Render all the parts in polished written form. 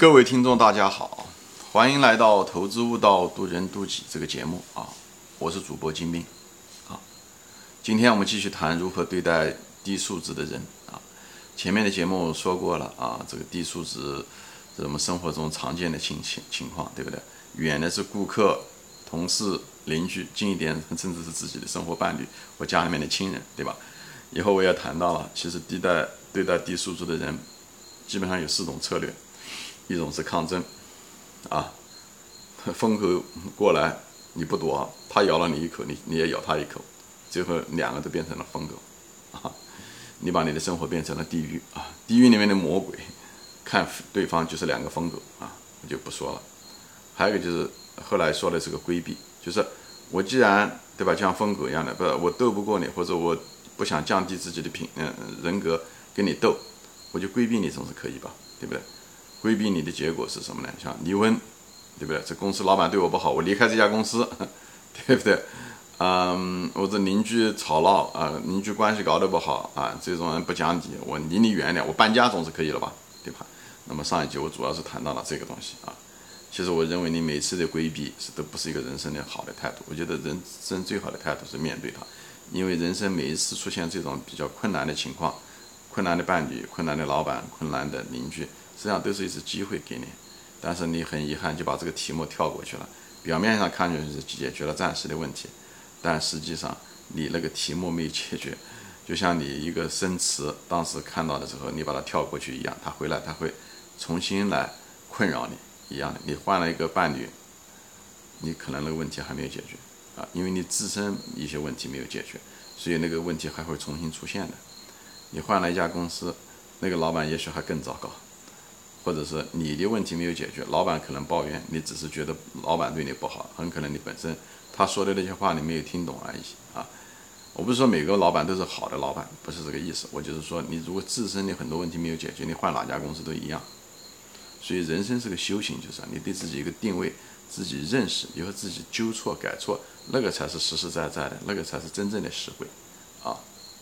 各位听众，大家好，欢迎来到《投资悟道，渡人渡己》这个节目啊，我是主播金兵啊。今天我们继续谈如何对待低素质的人啊。前面的节目说过了啊，这个低素质是我们生活中常见的情况，对不对？远的是顾客、同事、邻居，近一点甚至是自己的生活伴侣或家里面的亲人，对吧？以后我也谈到了，其实对待低素质的人，基本上有4种策略。一种是抗争，啊，风口过来你不躲，他咬了你一口，你也咬他一口，最后2个都变成了疯狗，啊，你把你的生活变成了地狱啊，地狱里面的魔鬼，看对方就是2个疯狗啊，我就不说了。还有一个就是后来说的这个规避，就是我既然对吧，像疯狗一样的，我斗不过你，或者我不想降低自己的人格跟你斗，我就规避你总是可以吧，对不对？规避你的结果是什么呢？像离婚，对不对？这公司老板对我不好，我离开这家公司，对不对？我这邻居吵闹啊，邻居关系搞得不好啊，这种人不讲理，我离你远点，我搬家总是可以了吧，对吧？那么上一集我主要是谈到了这个东西啊。其实我认为你每次的规避都不是一个人生的好的态度。我觉得人生最好的态度是面对它，因为人生每一次出现这种比较困难的情况，困难的伴侣、困难的老板、困难的邻居。实际上都是一次机会给你，但是你很遗憾就把这个题目跳过去了。表面上看上去是解决了暂时的问题，但实际上你那个题目没有解决。就像你一个生词，当时看到的时候你把它跳过去一样，它回来它会重新来困扰你一样的。你换了一个伴侣，你可能那个问题还没有解决啊，因为你自身一些问题没有解决，所以那个问题还会重新出现的。你换了一家公司，那个老板也许还更糟糕。或者是你的问题没有解决，老板可能抱怨，你只是觉得老板对你不好，很可能你本身他说的那些话你没有听懂而已啊。我不是说每个老板都是好的老板，不是这个意思，我就是说你如果自身的很多问题没有解决，你换哪家公司都一样。所以人生是个修行，就是你对自己一个定位，自己认识以后自己纠错改错，那个才是实实在在的，那个才是真正的实惠啊。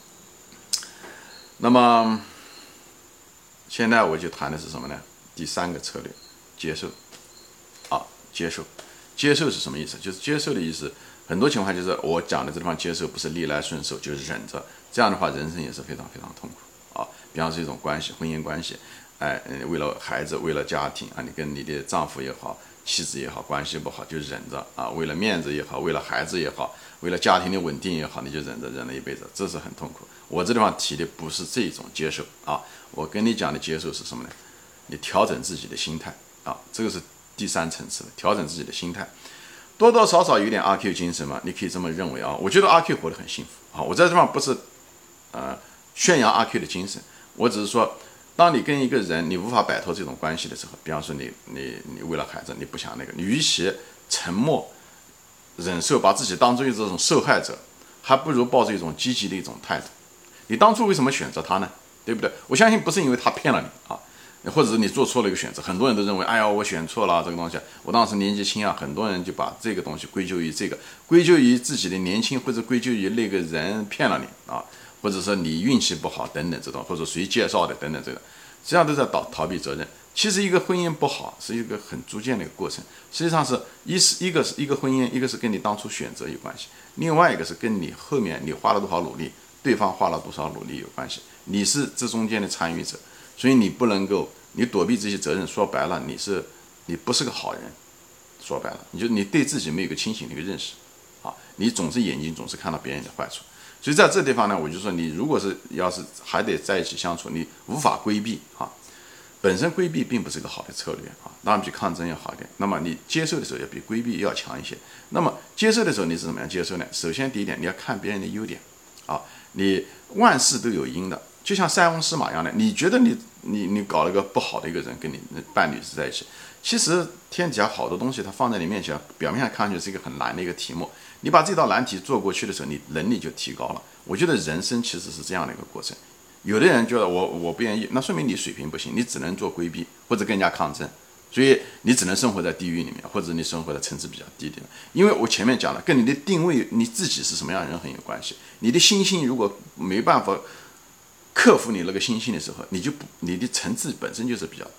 那么现在我就谈的是什么呢？第3个策略，接受啊，接受是什么意思？就是接受的意思，很多情况就是我讲的这地方接受不是逆来顺受，就是忍着，这样的话人生也是非常非常痛苦啊。比方说一种关系，婚姻关系，为了孩子，为了家庭啊，你跟你的丈夫也好，妻子也好，关系不好就忍着啊，为了面子也好，为了孩子也好，为了家庭的稳定也好，你就忍了一辈子，这是很痛苦。我这地方提的不是这种接受啊，我跟你讲的接受是什么呢？你调整自己的心态啊，这个是第3层次的，调整自己的心态，多多少少有点阿 Q 精神嘛，你可以这么认为啊。我觉得阿 Q 活得很幸福啊，我在这地方不是宣扬阿 Q 的精神，我只是说，当你跟一个人你无法摆脱这种关系的时候，比方说你为了孩子你不想那个，你与其沉默忍受，把自己当作这种受害者，还不如抱着一种积极的一种态度。你当初为什么选择他呢？对不对？我相信不是因为他骗了你啊，或者是你做错了一个选择。很多人都认为，哎呀，我选错了这个东西。我当时年纪轻啊，很多人就把这个东西归咎于自己的年轻，或者归咎于那个人骗了你啊，或者说你运气不好等等这种，或者谁介绍的等等这个，实际上都在逃避责任。其实一个婚姻不好是一个很逐渐的一个过程，实际上是一个是一个婚姻，一个是跟你当初选择有关系，另外一个是跟你后面你花了多少努力，对方花了多少努力有关系，你是这中间的参与者，所以你不能够你躲避这些责任，说白了你不是个好人，说白了你对自己没有一个清醒的一个认识啊，你眼睛总是看到别人的坏处，所以在这地方呢，我就说你如果是要是还得在一起相处，你无法规避啊。本身规避并不是一个好的策略啊，当然比抗争要好一点。那么你接受的时候要比规避要强一些。那么接受的时候你是怎么样接受呢？首先第一点，你要看别人的优点啊，你万事都有因的，就像塞翁失马一样的。你觉得你搞了个不好的一个人跟你的伴侣是在一起，其实天底下好多东西它放在你面前，表面上看上去是一个很难的一个题目，你把这道难题做过去的时候，你能力就提高了。我觉得人生其实是这样的一个过程。有的人觉得我不愿意，那说明你水平不行，你只能做规避或者更加抗争，所以你只能生活在地狱里面，或者你生活在层次比较低的。因为我前面讲了，跟你的定位你自己是什么样的人很有关系。你的心性如果没办法克服你那个心性的时候，你的层次本身就是比较低。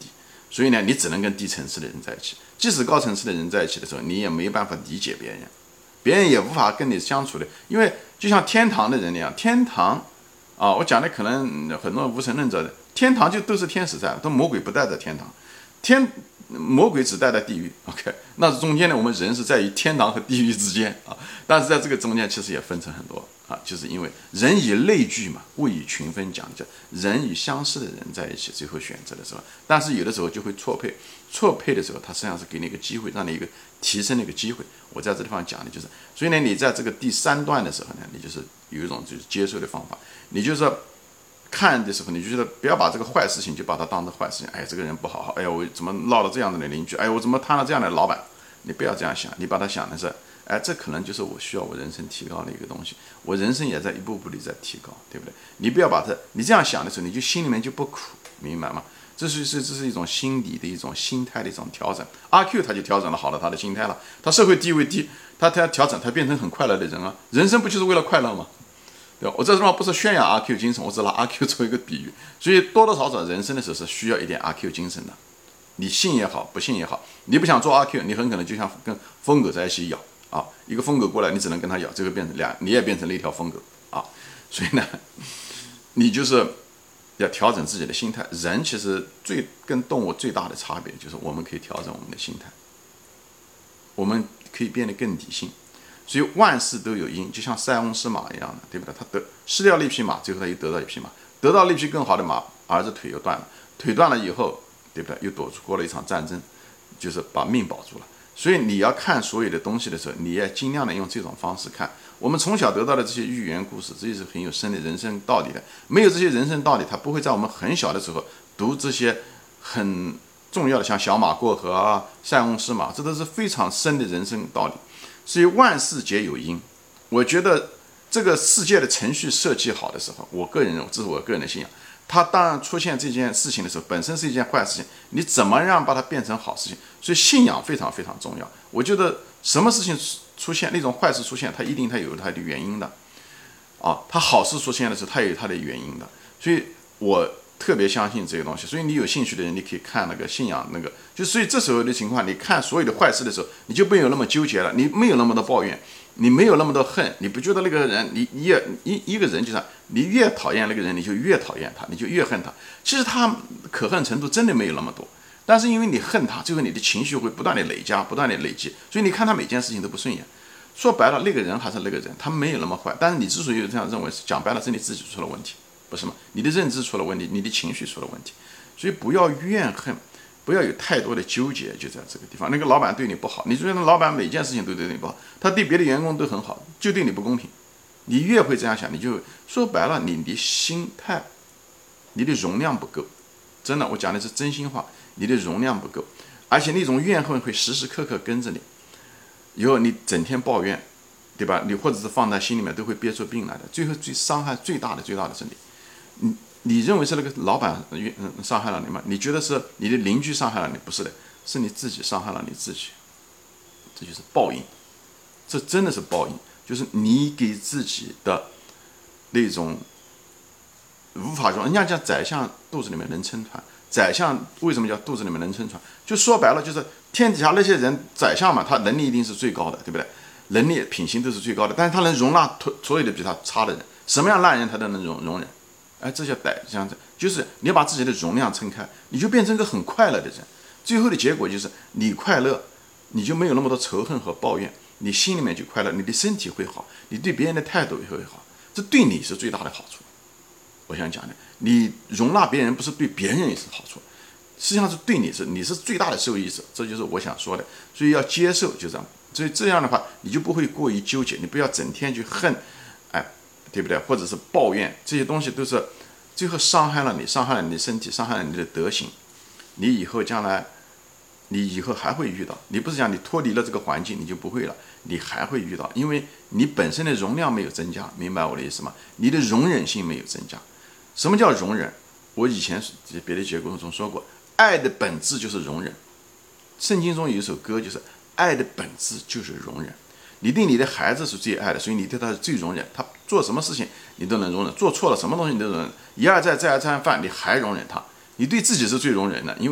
所以呢，你只能跟低层次的人在一起。即使高层次的人在一起的时候，你也没办法理解别人，别人也无法跟你相处的。因为就像天堂的人那样，天堂啊，我讲的可能很多无神论者的，天堂就都是天使在，都魔鬼不待在天堂，魔鬼只待在地狱。OK， 那中间呢，我们人是在于天堂和地狱之间啊。但是在这个中间，其实也分成很多啊，就是因为人以类聚嘛，物以群分，讲究人与相似的人在一起，最后选择的时候，但是有的时候就会错配，错配的时候，他实际上是给你一个机会，让你一个提升的一个机会。我在这地方讲的就是，所以呢，你在这个第3段的时候呢，你就是有一种就是接受的方法，你就是说看的时候，你就觉得不要把这个坏事情就把它当成坏事情。哎，这个人不好，哎呀，我怎么落了这样的邻居？哎，我怎么摊了这样的老板？你不要这样想，你把它想的是，哎，这可能就是我需要我人生提高的一个东西，我人生也在一步步地在提高，对不对？你不要把它，你这样想的时候，你就心里面就不苦，明白吗？这是一种心理的一种心态的一种调整。阿 Q 他就调整了好了他的心态了，他社会地位低，他调整，他变成很快乐的人啊。人生不就是为了快乐吗？对吧？我这地方不是宣扬阿 Q 精神，我只拿阿 Q 做一个比喻。所以多多少少人生的时候是需要一点阿 Q 精神的。你信也好，不信也好，你不想做阿 Q，你很可能就像跟疯狗在一起咬啊，一个疯狗过来，你只能跟他咬，这个变成你也变成了一条疯狗啊。所以呢，你就是要调整自己的心态。人其实跟动物最大的差别就是我们可以调整我们的心态，我们可以变得更理性。所以万事都有因，就像塞翁失马一样的，对不对？他失掉了一匹马，最后他又得到一匹马，得到了一匹更好的马，儿子腿又断了，腿断了以后，对不对？又躲过了一场战争，就是把命保住了。所以你要看所有的东西的时候，你要尽量的用这种方式看。我们从小得到的这些寓言故事，这些是很有深的人生道理的。没有这些人生道理，他不会在我们很小的时候读这些很重要的，像小马过河啊、塞翁失马，这都是非常深的人生道理。所以万事皆有因，我觉得这个世界的程序设计好的时候，我个人认为，这是我个人的信仰。它当然出现这件事情的时候，本身是一件坏事情，你怎么让把它变成好事情？所以信仰非常非常重要。我觉得什么事情出现，那种坏事出现，它有它的原因的，啊，它好事出现的时候，它也有它的原因的。所以我特别相信这个东西。所以你有兴趣的人，你可以看那个信仰那个，所以这时候的情况，你看所有的坏事的时候，你就没有那么纠结了，你没有那么多抱怨，你没有那么多恨，你不觉得那个人，一个人就像你越讨厌那个人，你就越讨厌他，你就越恨他。其实他可恨程度真的没有那么多，但是因为你恨他，最后你的情绪会不断的累加，不断的累积，所以你看他每件事情都不顺眼。说白了，那个人还是那个人，他没有那么坏。但是你之所以这样认为，讲白了是你自己出了问题，不是吗？你的认知出了问题，你的情绪出了问题。所以不要怨恨，不要有太多的纠结，就在这个地方。那个老板对你不好，你觉得老板每件事情都对你不好，他对别的员工都很好，就对你不公平。你越会这样想，你就说白了，你的心态，你的容量不够。真的，我讲的是真心话，你的容量不够，而且那种怨恨会时时刻刻跟着你。以后你整天抱怨，对吧？你或者是放在心里面，都会憋出病来的。最后伤害最大的是你。你认为是那个老板伤害了你吗？你觉得是你的邻居伤害了你？不是的，是你自己伤害了你自己。这就是报应，这真的是报应，就是你给自己的那种无法说。人家讲宰相肚子里面能撑船，宰相为什么叫肚子里面能撑船？就说白了，就是天底下那些人，宰相嘛，他能力一定是最高的，对不对？能力品行都是最高的，但是他能容纳所有的比他差的人，什么样烂人他都能容忍。哎，这叫这样子，就是你把自己的容量撑开，你就变成一个很快乐的人。最后的结果就是你快乐，你就没有那么多仇恨和抱怨，你心里面就快乐，你的身体会好，你对别人的态度也会好，这对你是最大的好处。我想讲的，你容纳别人不是对别人也是好处，实际上是对你是最大的受益者，这就是我想说的。所以要接受，就这样。所以这样的话，你就不会过于纠结，你不要整天去恨，哎，对不对？或者是抱怨，这些东西都是最后伤害了你，伤害了你的身体，伤害了你的德行。你以后还会遇到。你不是讲你脱离了这个环境你就不会了，你还会遇到，因为你本身的容量没有增加，明白我的意思吗？你的容忍性没有增加。什么叫容忍？我以前别的节目中说过，爱的本质就是容忍。圣经中有一首歌，就是爱的本质就是容忍。你对你的孩子是最爱的，所以你对他是最容忍。他做什么事情你都能容忍，做错了什么东西你都容忍，一而再再而三犯你还容忍他。你对自己是最容忍的，因为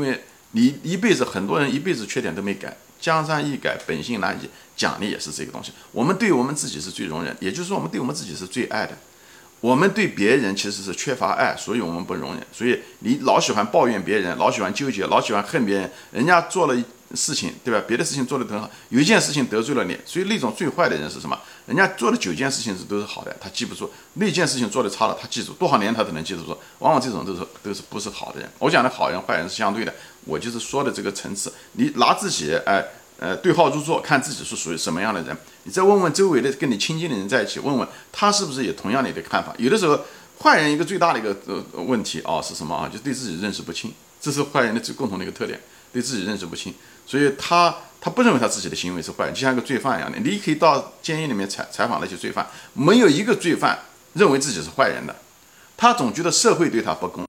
你一辈子很多人一辈子缺点都没改，江山易改，本性难移，奖励也是这个东西。我们对我们自己是最容忍，也就是说我们对我们自己是最爱的。我们对别人其实是缺乏爱，所以我们不容忍。所以你老喜欢抱怨别人，老喜欢纠结，老喜欢恨别人。人家做了事情，对吧？别的事情做得很好，有一件事情得罪了你，所以那种最坏的人是什么？人家做了9件事情都是好的，他记不住；那件事情做得差了，他记住多少年他都能记住。往往这种都是不是好的人。我讲的好人坏人是相对的，我就是说的这个层次。你拿自己对号入座，看自己是属于什么样的人。你再问问周围的跟你亲近的人在一起，问问他是不是也同样的一个看法。有的时候，坏人一个最大的一个问题是什么啊？就对自己认识不清，这是坏人的最共同的一个特点，对自己认识不清。所以他不认为他自己的行为是坏人，就像一个罪犯一样的。你可以到监狱里面采访那些罪犯，没有一个罪犯认为自己是坏人的，他总觉得社会对他不公。